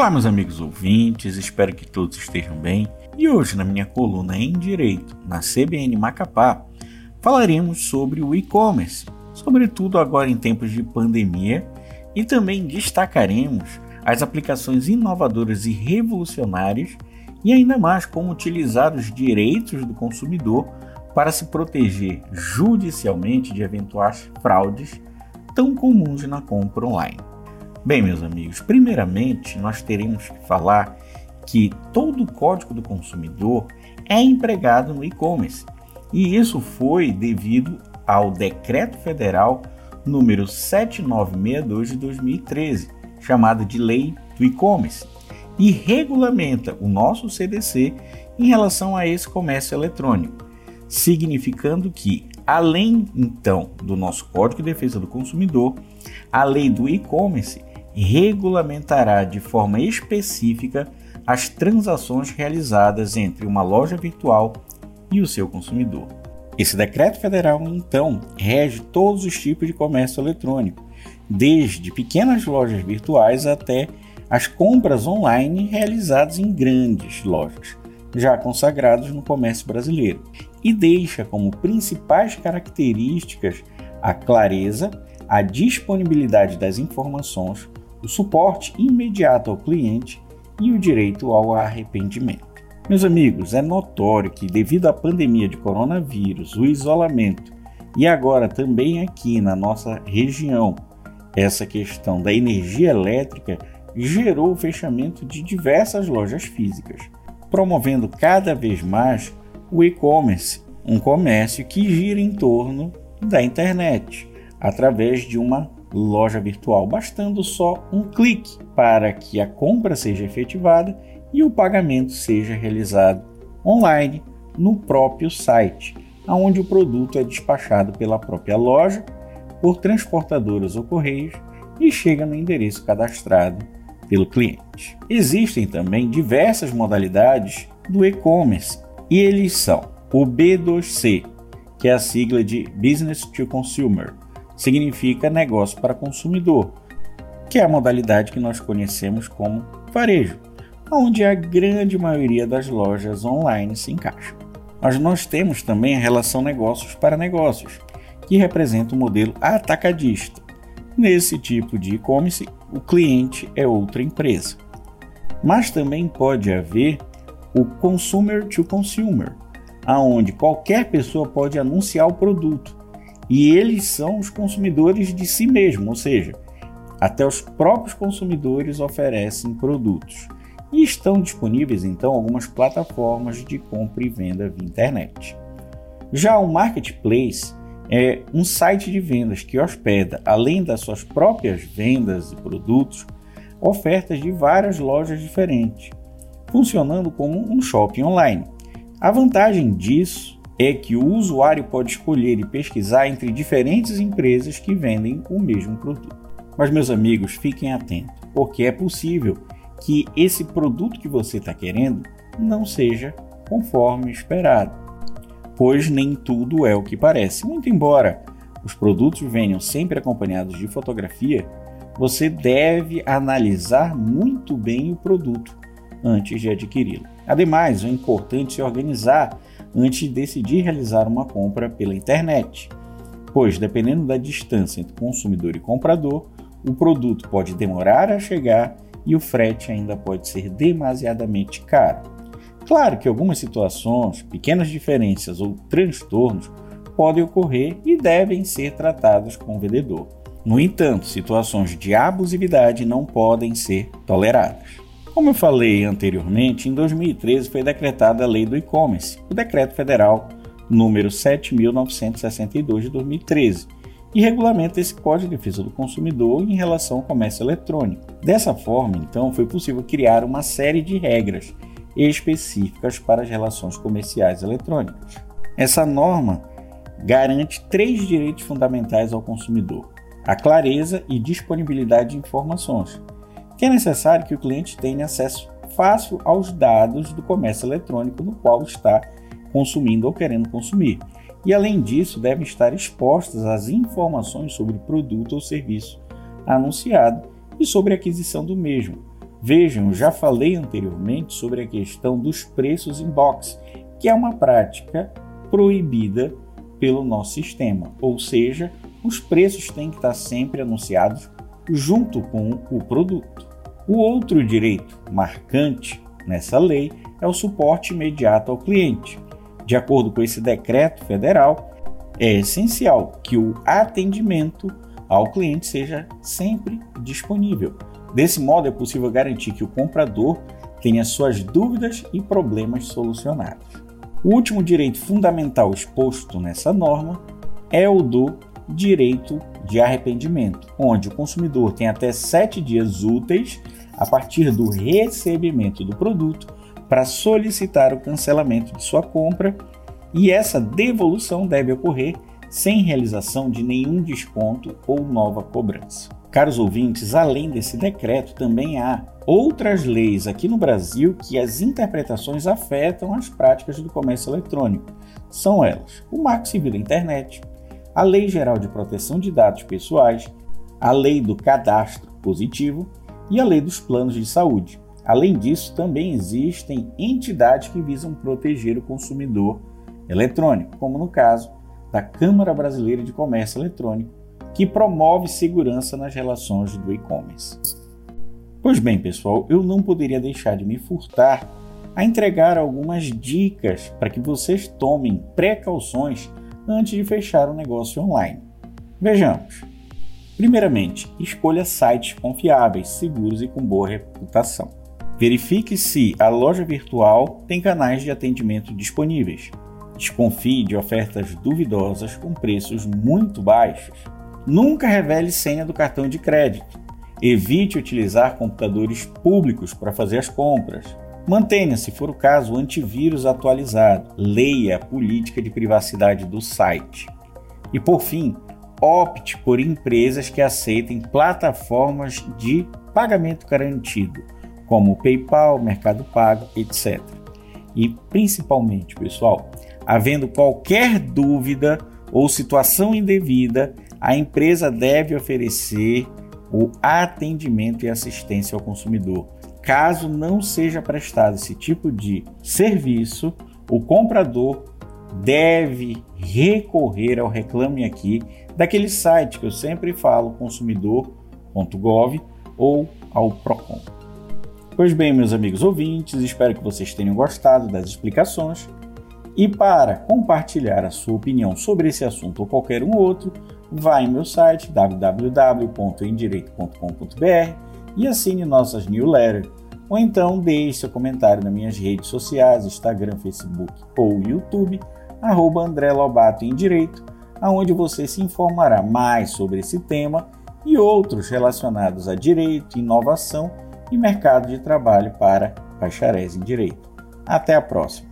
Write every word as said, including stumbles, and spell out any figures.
Olá, meus amigos ouvintes, espero que todos estejam bem. E hoje, na minha coluna em Direito, na C B N Macapá, falaremos sobre o e-commerce, sobretudo agora em tempos de pandemia, e também destacaremos as aplicações inovadoras e revolucionárias e ainda mais como utilizar os direitos do consumidor para se proteger judicialmente de eventuais fraudes tão comuns na compra online. Bem, meus amigos, primeiramente nós teremos que falar que todo o Código do Consumidor é empregado no e-commerce, e isso foi devido ao Decreto Federal número sete nove seis dois de dois mil e treze, chamado de Lei do E-Commerce, e regulamenta o nosso C D C em relação a esse comércio eletrônico, significando que, além então do nosso Código de Defesa do Consumidor, a Lei do E-Commerce regulamentará de forma específica as transações realizadas entre uma loja virtual e o seu consumidor. Esse decreto federal, então, rege todos os tipos de comércio eletrônico, desde pequenas lojas virtuais até as compras online realizadas em grandes lojas, já consagrados no comércio brasileiro, e deixa como principais características a clareza, a disponibilidade das informações, o suporte imediato ao cliente e o direito ao arrependimento. Meus amigos, é notório que, devido à pandemia de coronavírus, o isolamento e agora também aqui na nossa região, essa questão da energia elétrica gerou o fechamento de diversas lojas físicas, promovendo cada vez mais o e-commerce, um comércio que gira em torno da internet, através de uma loja virtual, bastando só um clique para que a compra seja efetivada e o pagamento seja realizado online no próprio site, onde o produto é despachado pela própria loja, por transportadoras ou correios e chega no endereço cadastrado pelo cliente. Existem também diversas modalidades do e-commerce e eles são o B dois C, que é a sigla de Business to Consumer, significa negócio para consumidor, que é a modalidade que nós conhecemos como varejo, onde a grande maioria das lojas online se encaixa. Mas nós temos também a relação negócios para negócios, que representa o modelo atacadista. Nesse tipo de e-commerce, o cliente é outra empresa. Mas também pode haver o consumer to consumer, onde qualquer pessoa pode anunciar o produto, e eles são os consumidores de si mesmo, ou seja, até os próprios consumidores oferecem produtos. E estão disponíveis, então, algumas plataformas de compra e venda via internet. Já o Marketplace é um site de vendas que hospeda, além das suas próprias vendas e produtos, ofertas de várias lojas diferentes, funcionando como um shopping online. A vantagem disso é que o usuário pode escolher e pesquisar entre diferentes empresas que vendem o mesmo produto. Mas, meus amigos, fiquem atentos, porque é possível que esse produto que você está querendo não seja conforme esperado, pois nem tudo é o que parece. Muito embora os produtos venham sempre acompanhados de fotografia, você deve analisar muito bem o produto antes de adquiri-lo. Ademais, é importante se organizar antes de decidir realizar uma compra pela internet, pois, dependendo da distância entre consumidor e comprador, o produto pode demorar a chegar e o frete ainda pode ser demasiadamente caro. Claro que algumas situações, pequenas diferenças ou transtornos podem ocorrer e devem ser tratados com o vendedor. No entanto, situações de abusividade não podem ser toleradas. Como eu falei anteriormente, em dois mil e treze foi decretada a Lei do E-Commerce, o Decreto Federal número sete mil novecentos e sessenta e dois de dois mil e treze, e regulamenta esse Código de Defesa do Consumidor em relação ao comércio eletrônico. Dessa forma, então, foi possível criar uma série de regras específicas para as relações comerciais eletrônicas. Essa norma garante três direitos fundamentais ao consumidor: a clareza e disponibilidade de informações, que é necessário que o cliente tenha acesso fácil aos dados do comércio eletrônico no qual está consumindo ou querendo consumir. E, além disso, devem estar expostas as informações sobre o produto ou serviço anunciado e sobre a aquisição do mesmo, Vejam, eu já falei anteriormente sobre a questão dos preços em box, que é uma prática proibida pelo nosso sistema, ou seja, os preços têm que estar sempre anunciados junto com o produto. O outro direito marcante nessa lei é o suporte imediato ao cliente. De acordo com esse decreto federal, é essencial que o atendimento ao cliente seja sempre disponível. Desse modo, é possível garantir que o comprador tenha suas dúvidas e problemas solucionados. O último direito fundamental exposto nessa norma é o do direito de arrependimento, onde o consumidor tem até sete dias úteis a partir do recebimento do produto para solicitar o cancelamento de sua compra, e essa devolução deve ocorrer sem realização de nenhum desconto ou nova cobrança. Caros ouvintes, além desse decreto, também há outras leis aqui no Brasil que as interpretações afetam as práticas do comércio eletrônico. São elas: o Marco Civil da Internet, a Lei Geral de Proteção de Dados Pessoais, a Lei do Cadastro Positivo e a Lei dos Planos de Saúde. Além disso, também existem entidades que visam proteger o consumidor eletrônico, como no caso da Câmara Brasileira de Comércio Eletrônico, que promove segurança nas relações do e-commerce. Pois bem, pessoal, eu não poderia deixar de me furtar a entregar algumas dicas para que vocês tomem precauções antes de fechar um negócio online. Vejamos. Primeiramente, escolha sites confiáveis, seguros e com boa reputação. Verifique se a loja virtual tem canais de atendimento disponíveis. Desconfie de ofertas duvidosas com preços muito baixos. Nunca revele senha do cartão de crédito. Evite utilizar computadores públicos para fazer as compras. Mantenha, se for o caso, o antivírus atualizado. Leia a política de privacidade do site. E, por fim, opte por empresas que aceitem plataformas de pagamento garantido, como o PayPal, Mercado Pago, etcétera. E, principalmente, pessoal, havendo qualquer dúvida ou situação indevida, a empresa deve oferecer o atendimento e assistência ao consumidor. Caso não seja prestado esse tipo de serviço, o comprador deve recorrer ao Reclame Aqui daquele site que eu sempre falo, consumidor ponto gov ou ao Procon. Pois bem, meus amigos ouvintes, espero que vocês tenham gostado das explicações. E para compartilhar a sua opinião sobre esse assunto ou qualquer um outro, vá em meu site w w w ponto em direito ponto com ponto b r e assine nossas newsletters, ou então deixe seu comentário nas minhas redes sociais, Instagram, Facebook ou YouTube, arroba André Lobato em Direito, onde você se informará mais sobre esse tema e outros relacionados a direito, inovação e mercado de trabalho para bacharéis em direito. Até a próxima!